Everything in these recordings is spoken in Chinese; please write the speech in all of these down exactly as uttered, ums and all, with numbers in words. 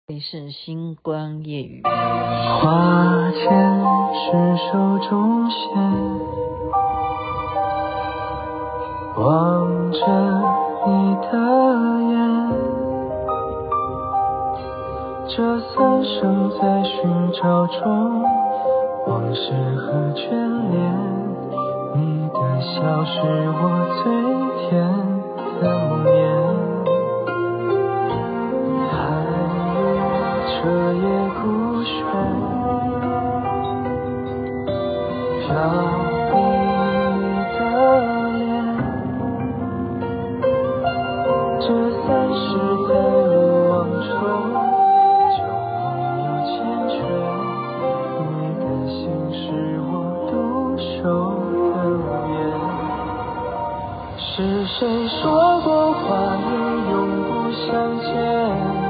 这里是星光夜语。 花间是手中线，望着你的眼，这三生在寻找中，往事和眷恋，你的笑是我最甜的梦魇。彻夜孤悬，飘逸的脸，这三世在路往中，就没有缱绻。你的心是我独守的眠。是谁说过花叶永不相见？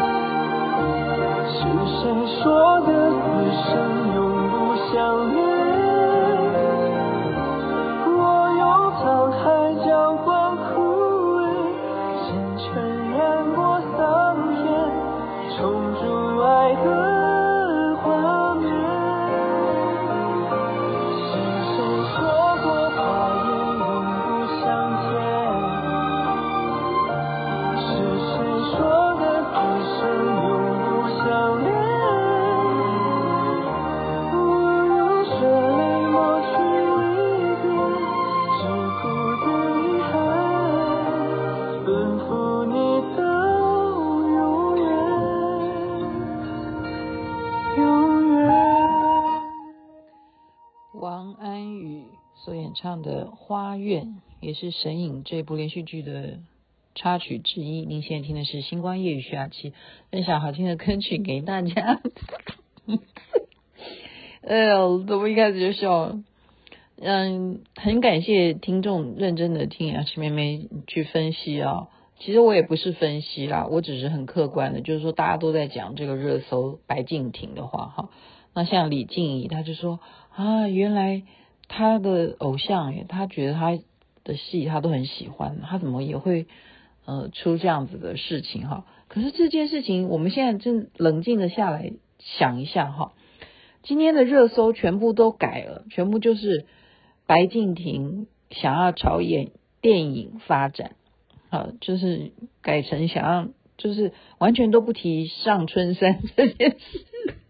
是谁说的此生永不相恋？我用沧海浇灌枯萎，缱绻染过桑田，重铸爱的画面。是谁说过花叶永不相见？是谁说的此生永不相恋？ 王安宇所演唱的《花苑》也是《神隐》这部连续剧的插曲之一。您现在听的是星光夜语徐雅琪分享好听的歌曲给大家。哎呦，怎么一开始就笑了？嗯，很感谢听众认真的听雅琪妹妹去分析啊。其实我也不是分析啦，我只是很客观的，就是说大家都在讲这个热搜白敬亭的话哈。那像李静怡，他就说啊，原来他的偶像，他觉得他的戏他都很喜欢，他怎么也会呃出这样子的事情哈？可是这件事情，我们现在真冷静的下来想一下哈，今天的热搜全部都改了，全部就是白敬亭想要朝演电影发展，啊，就是改成想要，就是完全都不提上春山这件事。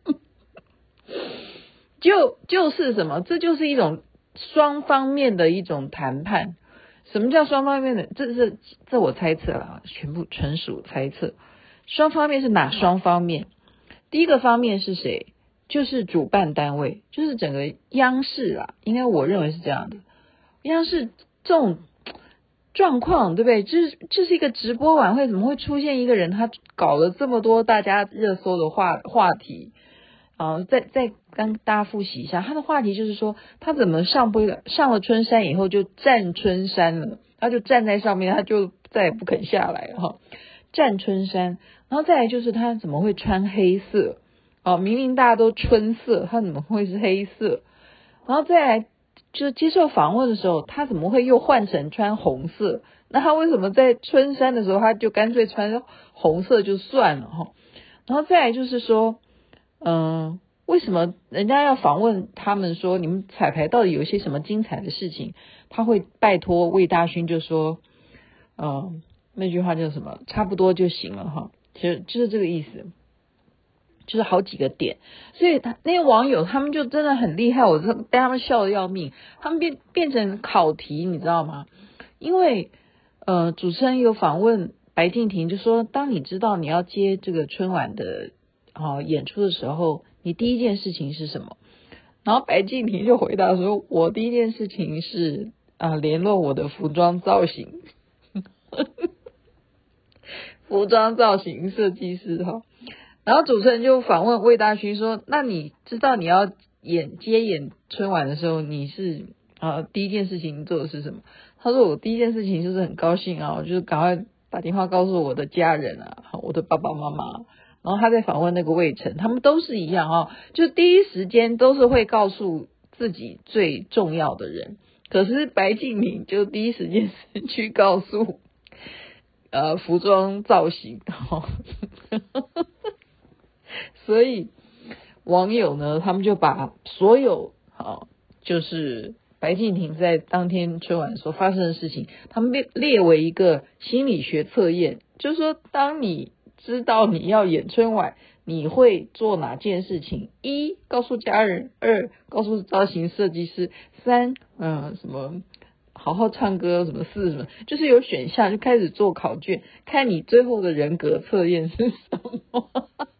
就就是什么？这就是一种双方面的一种谈判。什么叫双方面的？这是这我猜测了，全部纯属猜测。双方面是哪双方面？第一个方面是谁？就是主办单位，就是整个央视啦，应该我认为是这样的。央视这种状况，对不对？就是就是一个直播晚会，怎么会出现一个人，他搞了这么多大家热搜的话话题？啊，再再跟大家复习一下，他的话题就是说，他怎么上不了上了春山以后就站春山了，他就站在上面，他就再也不肯下来了哈。站春山，然后再来就是他怎么会穿黑色？哦，明明大家都春色，他怎么会是黑色？然后再来就是接受访问的时候，他怎么会又换成穿红色？那他为什么在春山的时候他就干脆穿红色就算了哈？然后再来就是说。嗯，为什么人家要访问他们说你们彩排到底有一些什么精彩的事情？他会拜托魏大勋就说，嗯，那句话叫什么？差不多就行了哈。其实就是这个意思，就是好几个点。所以他那些网友他们就真的很厉害，我被他们笑得要命。他们变变成考题，你知道吗？因为呃，主持人有访问白敬亭，就说当你知道你要接这个春晚的。好，演出的时候你第一件事情是什么？然后白敬亭就回答说，我第一件事情是啊、呃、联络我的服装造型服装造型设计师哈。然后主持人就访问魏大勋说，那你知道你要演接演春晚的时候你是啊、呃、第一件事情做的是什么？他说我第一件事情就是很高兴啊，我就是赶快打电话告诉我的家人啊，我的爸爸妈妈。然后他在访问那个魏晨，他们都是一样哦，就第一时间都是会告诉自己最重要的人。可是白敬亭就第一时间是去告诉呃服装造型，哦、 所以网友呢，他们就把所有好、哦、就是白敬亭在当天春晚所发生的事情，他们列列为一个心理学测验，就是说当你知道你要演春晚，你会做哪件事情？一，告诉家人；二，告诉造型设计师；三，嗯，什么好好唱歌，什么四什么，就是有选项就开始做考卷，看你最后的人格测验是什么。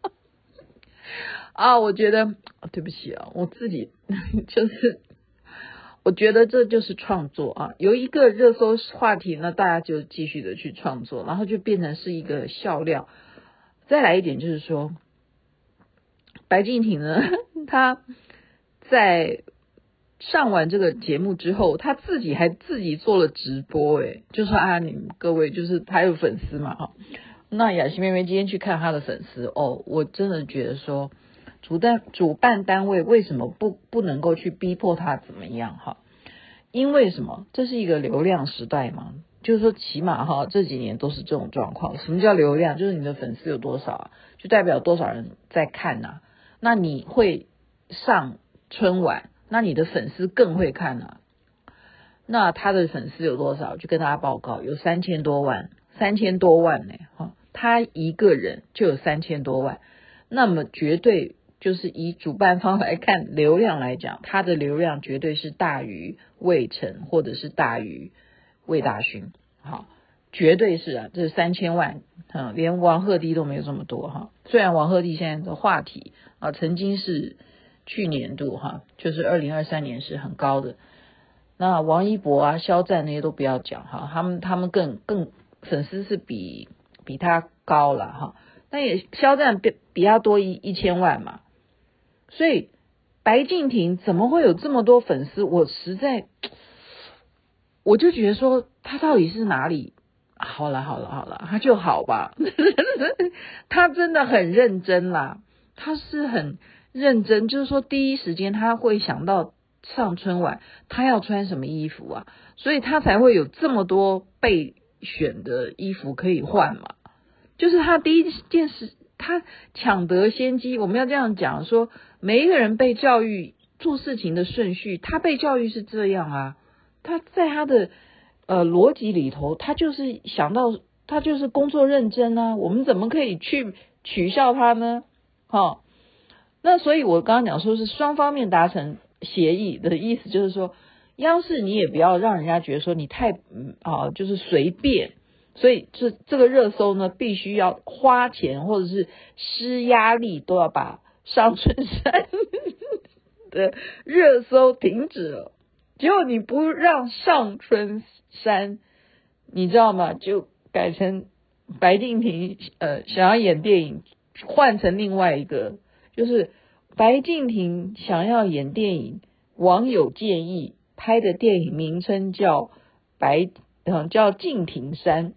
啊，我觉得对不起啊，我自己就是。我觉得这就是创作啊，有一个热搜话题呢，大家就继续的去创作，然后就变成是一个笑料。再来一点就是说，白敬亭呢，他在上完这个节目之后，他自己还自己做了直播，诶，就说啊，你们各位就是他有粉丝嘛，哈。那雅琪妹妹今天去看他的粉丝，哦，我真的觉得说。主办主办单位为什么不不能够去逼迫他怎么样哈？因为什么？这是一个流量时代嘛，就是说起码哈这几年都是这种状况。什么叫流量？就是你的粉丝有多少啊，就代表多少人在看啊。那你会上春晚，那你的粉丝更会看啊。那他的粉丝有多少？就跟大家报告，有三千多万，三千多万呢、欸、哈，他一个人就有三千多万，那么绝对。就是以主办方来看流量来讲，他的流量绝对是大于魏晨或者是大于魏大勋，好，绝对是啊，这是三千万，嗯，连王鹤棣都没有这么多哈。虽然王鹤棣现在的话题啊，曾经是去年度哈，就是二零二三年是很高的。那王一博啊、肖战那些都不要讲哈，他们他们更更粉丝是比比他高了哈。那也肖战比比他多一一千万嘛。所以白敬亭怎么会有这么多粉丝？我实在，我就觉得说他到底是哪里？好了好了好了，他就好吧。他真的很认真啦，他是很认真，就是说第一时间他会想到上春晚他要穿什么衣服啊，所以他才会有这么多备选的衣服可以换嘛。就是他第一件事。他抢得先机，我们要这样讲说，每一个人被教育做事情的顺序，他被教育是这样啊，他在他的呃逻辑里头，他就是想到他就是工作认真啊，我们怎么可以去取笑他呢？哦，那所以我刚刚讲说是双方面达成协议的意思，就是说央视你也不要让人家觉得说你太嗯啊就是随便。所以这这个热搜呢，必须要花钱或者是施压力，都要把上春山的热搜停止了。结果你不让上春山，你知道吗？就改成白敬亭呃想要演电影，换成另外一个，就是白敬亭想要演电影，网友建议拍的电影名称叫白。嗯，叫敬亭山，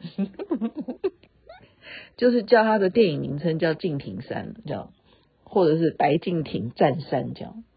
就是叫他的电影名称叫敬亭山，这样，或者是白敬亭战山这样。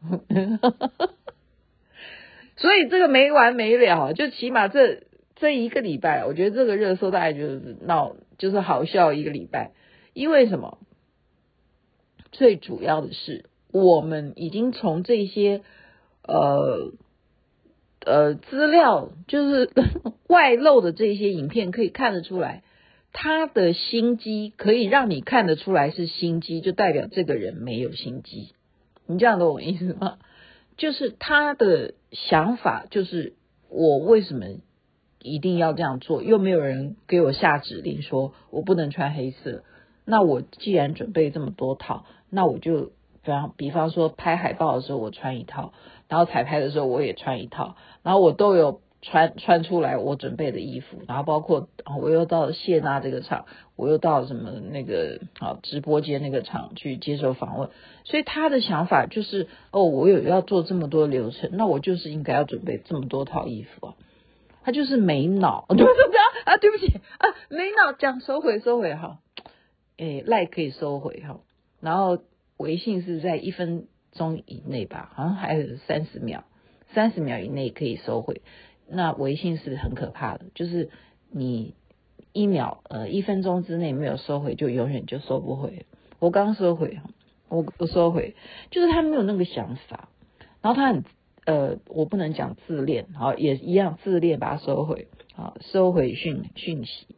所以这个没完没了，就起码这这一个礼拜，我觉得这个热搜大概就是闹，就是好笑一个礼拜。因为什么？最主要的是，我们已经从这些呃。呃，资料就是外露的这些影片可以看得出来，他的心机可以让你看得出来是心机，就代表这个人没有心机。你这样懂我意思吗？就是他的想法就是我为什么一定要这样做，又没有人给我下指令说我不能穿黑色，那我既然准备这么多套，那我就比方比方说拍海报的时候我穿一套，然后彩排的时候我也穿一套，然后我都有穿穿出来我准备的衣服，然后包括我又到谢娜这个场，我又到什么那个啊直播间那个场去接受访问，所以他的想法就是哦，我有要做这么多流程，那我就是应该要准备这么多套衣服啊。他就是没脑，对不对啊？对不起啊，没脑讲收回收回哈，诶，赖可以收回哈，然后微信是在一分钟以内吧，好像还有三十秒，三十秒以内可以收回。那微信是很可怕的，就是你一秒呃一分钟之内没有收回，就永远就收不回。我刚收回， 我我收回，就是他没有那个想法，然后他很呃，我不能讲自恋，好，也一样自恋，把它收回，好，收回讯讯息，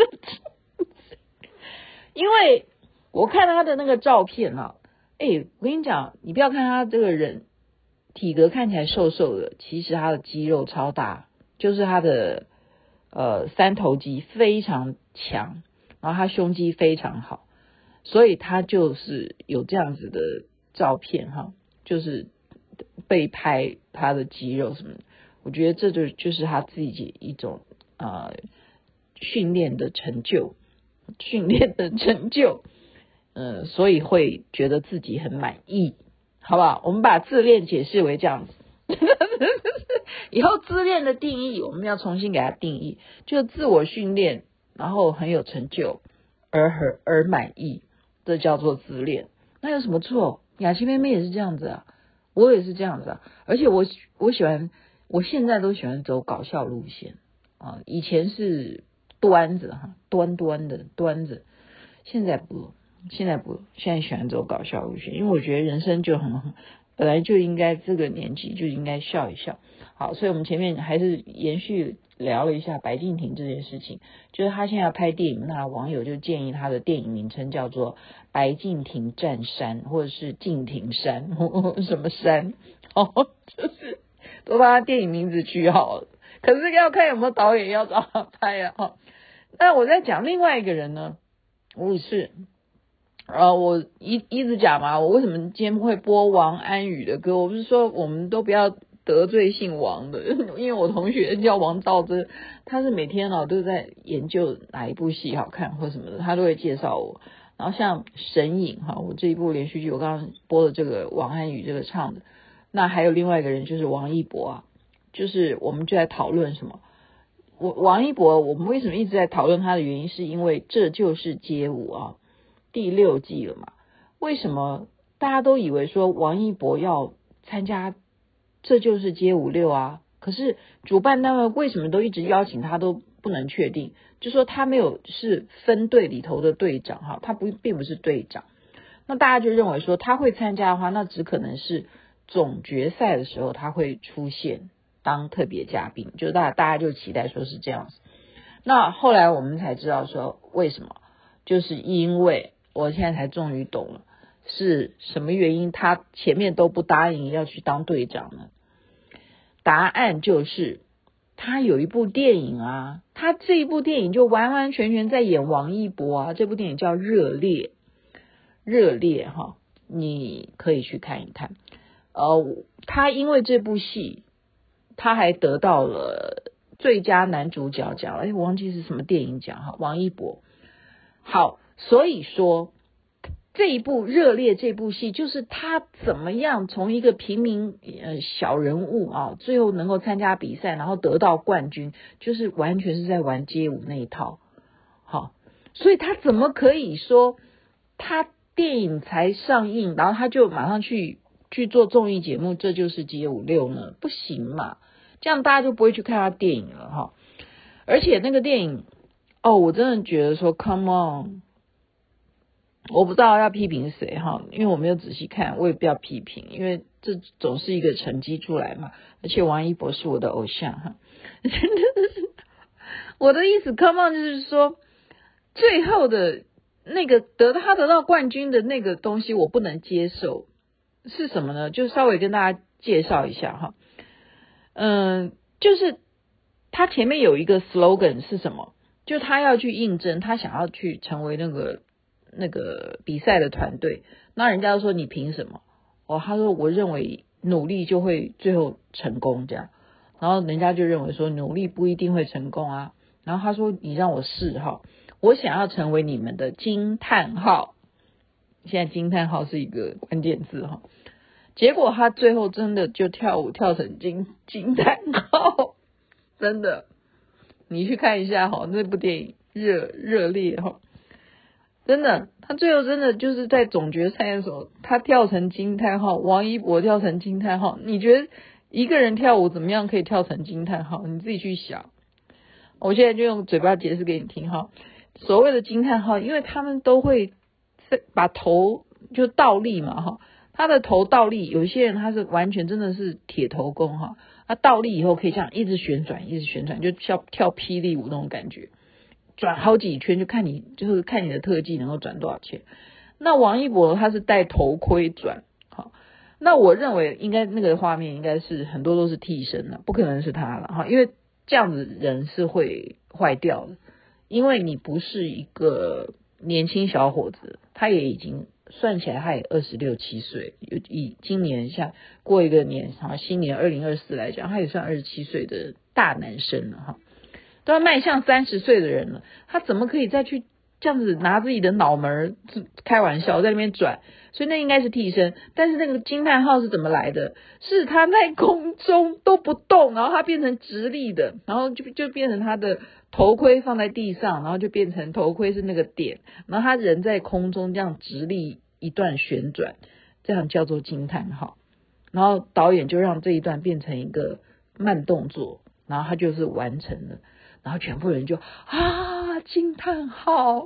因为我看他的那个照片啊，哎，我跟你讲，你不要看他这个人体格看起来瘦瘦的，其实他的肌肉超大，就是他的呃三头肌非常强，然后他胸肌非常好，所以他就是有这样子的照片哈，就是被拍他的肌肉什么的，我觉得这就就是他自己一种呃训练的成就，训练的成就，呃，所以会觉得自己很满意，好不好？我们把自恋解释为这样子。以后自恋的定义我们要重新给它定义，就自我训练，然后很有成就而而满意，这叫做自恋。那有什么错？雅琪妹妹也是这样子啊，我也是这样子啊，而且我我喜欢，我现在都喜欢走搞笑路线啊，以前是端着哈，端端的端着，现在不，现在不，现在喜欢走搞笑路线，因为我觉得人生就很本来就应该这个年纪就应该笑一笑。好，所以我们前面还是延续聊了一下白敬亭这件事情，就是他现在要拍电影，那网友就建议他的电影名称叫做白敬亭战山，或者是敬亭山，什么山，哦，就是都把他电影名字取好了，可是要看有没有导演要找他拍啊。那我在讲另外一个人呢，我也是呃，我一一直讲嘛，我为什么今天会播王安宇的歌？我不是说我们都不要得罪姓王的，因为我同学叫王道真，他是每天哦都在研究哪一部戏好看或什么的，他都会介绍我。然后像神隐哈，我这一部连续剧我刚刚播的这个王安宇这个唱的，那还有另外一个人就是王一博啊，就是我们就在讨论什么。我王一博，我们为什么一直在讨论他的原因，是因为这就是街舞啊。第六季了嘛？为什么大家都以为说王一博要参加这就是街舞六啊？可是主办单位为什么都一直邀请他都不能确定？就说他没有是分队里头的队长哈，他不并不是队长。那大家就认为说他会参加的话，那只可能是总决赛的时候他会出现当特别嘉宾，就大大家就期待说是这样子。那后来我们才知道说为什么，就是因为我现在才终于懂了，是什么原因他前面都不答应要去当队长呢？答案就是他有一部电影啊，他这一部电影就完完全全在演王一博啊，这部电影叫热烈，热烈哈，你可以去看一看。呃，他因为这部戏，他还得到了最佳男主角奖，哎，我忘记是什么电影奖哈，王一博。好，所以说这一部热烈这部戏就是他怎么样从一个平民呃小人物啊，最后能够参加比赛，然后得到冠军，就是完全是在玩街舞那一套。好，所以他怎么可以说他电影才上映，然后他就马上去去做综艺节目，这就是街舞六呢？不行嘛，这样大家就不会去看他电影了哈。而且那个电影哦，我真的觉得说 come on， 我不知道要批评谁哈，因为我没有仔细看，我也不要批评，因为这总是一个成绩出来嘛。而且王一博是我的偶像哈，我的意思 come on 就是说，最后的那个得他得到冠军的那个东西我不能接受，是什么呢？就稍微跟大家介绍一下哈，嗯，就是他前面有一个 slogan 是什么？就他要去应征，他想要去成为那个那个比赛的团队，那人家就说你凭什么？哦，他说我认为努力就会最后成功这样，然后人家就认为说努力不一定会成功啊，然后他说你让我试哈，我想要成为你们的惊叹号，现在惊叹号是一个关键字哈，结果他最后真的就跳舞跳成惊惊叹号，真的。你去看一下哈，那部电影热热烈哈，真的，他最后真的就是在总决赛的时候，他跳成惊叹号，王一博跳成惊叹号。你觉得一个人跳舞怎么样可以跳成惊叹号？你自己去想。我现在就用嘴巴解释给你听哈。所谓的惊叹号，因为他们都会把头就倒立嘛哈，他的头倒立，有些人他是完全真的是铁头功哈，他倒立以后可以这样一直旋转，一直旋转，就像跳霹雳舞那种感觉，转好几圈，就看你就是看你的特技能够转多少圈。那王一博他是戴头盔转，好，那我认为应该那个画面应该是很多都是替身了，不可能是他了哈，因为这样子人是会坏掉的，因为你不是一个年轻小伙子，他也已经算起来他也二十六七岁，以今年像过一个年哈，新年二零二四来讲，他也算二十七岁的大男生了哈，都要迈向三十岁的人了，他怎么可以再去这样子拿自己的脑门开玩笑在那边转？所以那应该是替身。但是那个惊叹号是怎么来的？是他在空中都不动，然后他变成直立的，然后就就变成他的头盔放在地上，然后就变成头盔是那个点，然后他人在空中这样直立一段旋转，这样叫做惊叹号。然后导演就让这一段变成一个慢动作，然后他就是完成了。然后全部人就啊惊叹号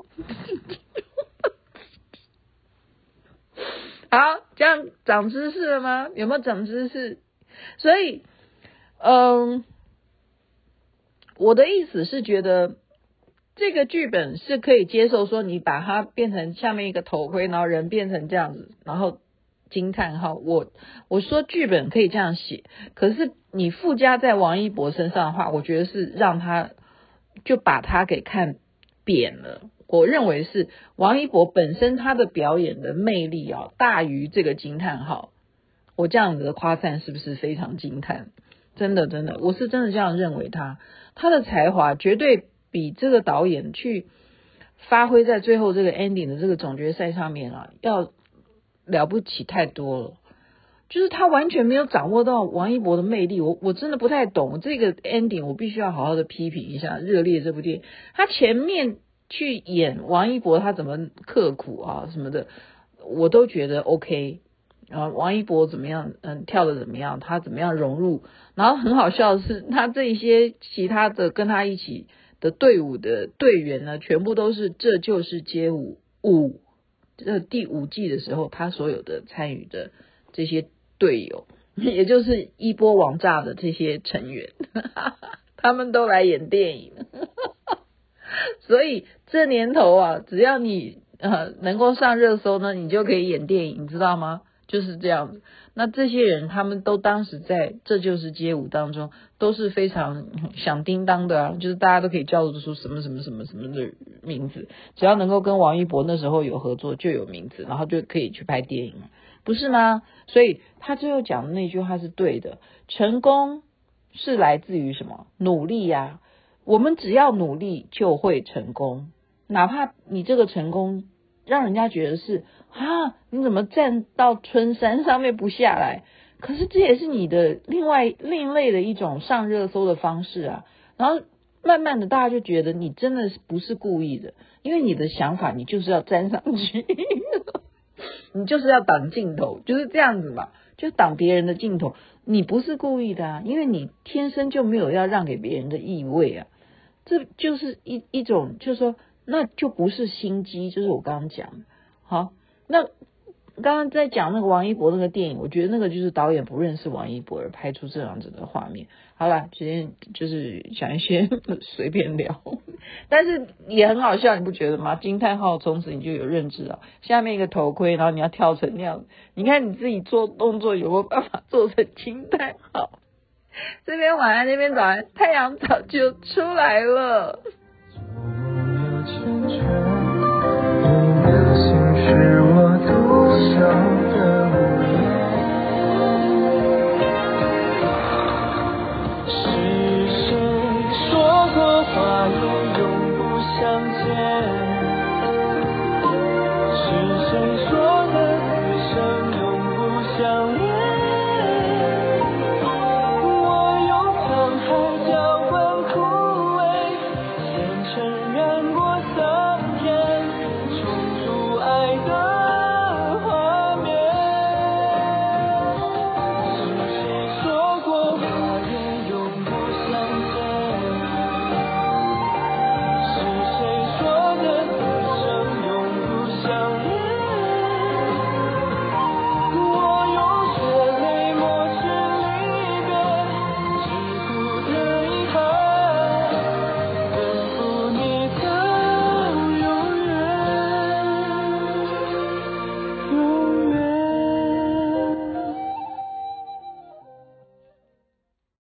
好，这样长知识了吗？有没有长知识？所以嗯，我的意思是觉得这个剧本是可以接受，说你把它变成下面一个头盔，然后人变成这样子，然后惊叹号，我我说剧本可以这样写，可是你附加在王一博身上的话，我觉得是让他就把他给看扁了。我认为是王一博本身他的表演的魅力啊，大于这个惊叹号。我这样子的夸赞是不是非常惊叹？真的真的，我是真的这样认为他，他的才华绝对比这个导演去发挥在最后这个 ending 的这个总决赛上面啊，要了不起太多了。就是他完全没有掌握到王一博的魅力，我我真的不太懂这个 ending， 我必须要好好的批评一下《热烈》这部电影。他前面去演王一博他怎么刻苦啊什么的，我都觉得 OK。啊，王一博怎么样？嗯，跳的怎么样？他怎么样融入？然后很好笑的是，他这一些其他的跟他一起的队伍的队员呢，全部都是这就是街舞五这第五季的时候他所有的参与的这些队友，也就是一波王炸的这些成员，他们都来演电影。所以这年头啊，只要你呃能够上热搜呢，你就可以演电影，你知道吗？就是这样子。那这些人他们都当时在这就是街舞当中都是非常响叮当的啊，就是大家都可以叫得出什么什么什么什么的名字，只要能够跟王一博那时候有合作就有名字，然后就可以去拍电影，不是吗？所以他最后讲的那句话是对的，成功是来自于什么？努力呀、啊，我们只要努力就会成功，哪怕你这个成功让人家觉得是啊，你怎么站到春山上面不下来？可是这也是你的另外另类的一种上热搜的方式啊。然后慢慢的大家就觉得你真的不是故意的，因为你的想法你就是要站上去，你就是要挡镜头，就是这样子嘛，就挡别人的镜头。你不是故意的啊，因为你天生就没有要让给别人的意味啊。这就是一一种，就是说，那就不是心机，就是我刚刚讲的。好，那刚刚在讲那个王一博那个电影，我觉得那个就是导演不认识王一博而拍出这样子的画面。好了，今天就是讲一些随便聊，但是也很好笑，你不觉得吗？惊叹号从此你就有认知了，下面一个头盔，然后你要跳成那样，你看你自己做动作有没有办法做成惊叹号？这边晚安，那边早安，太阳早就出来了。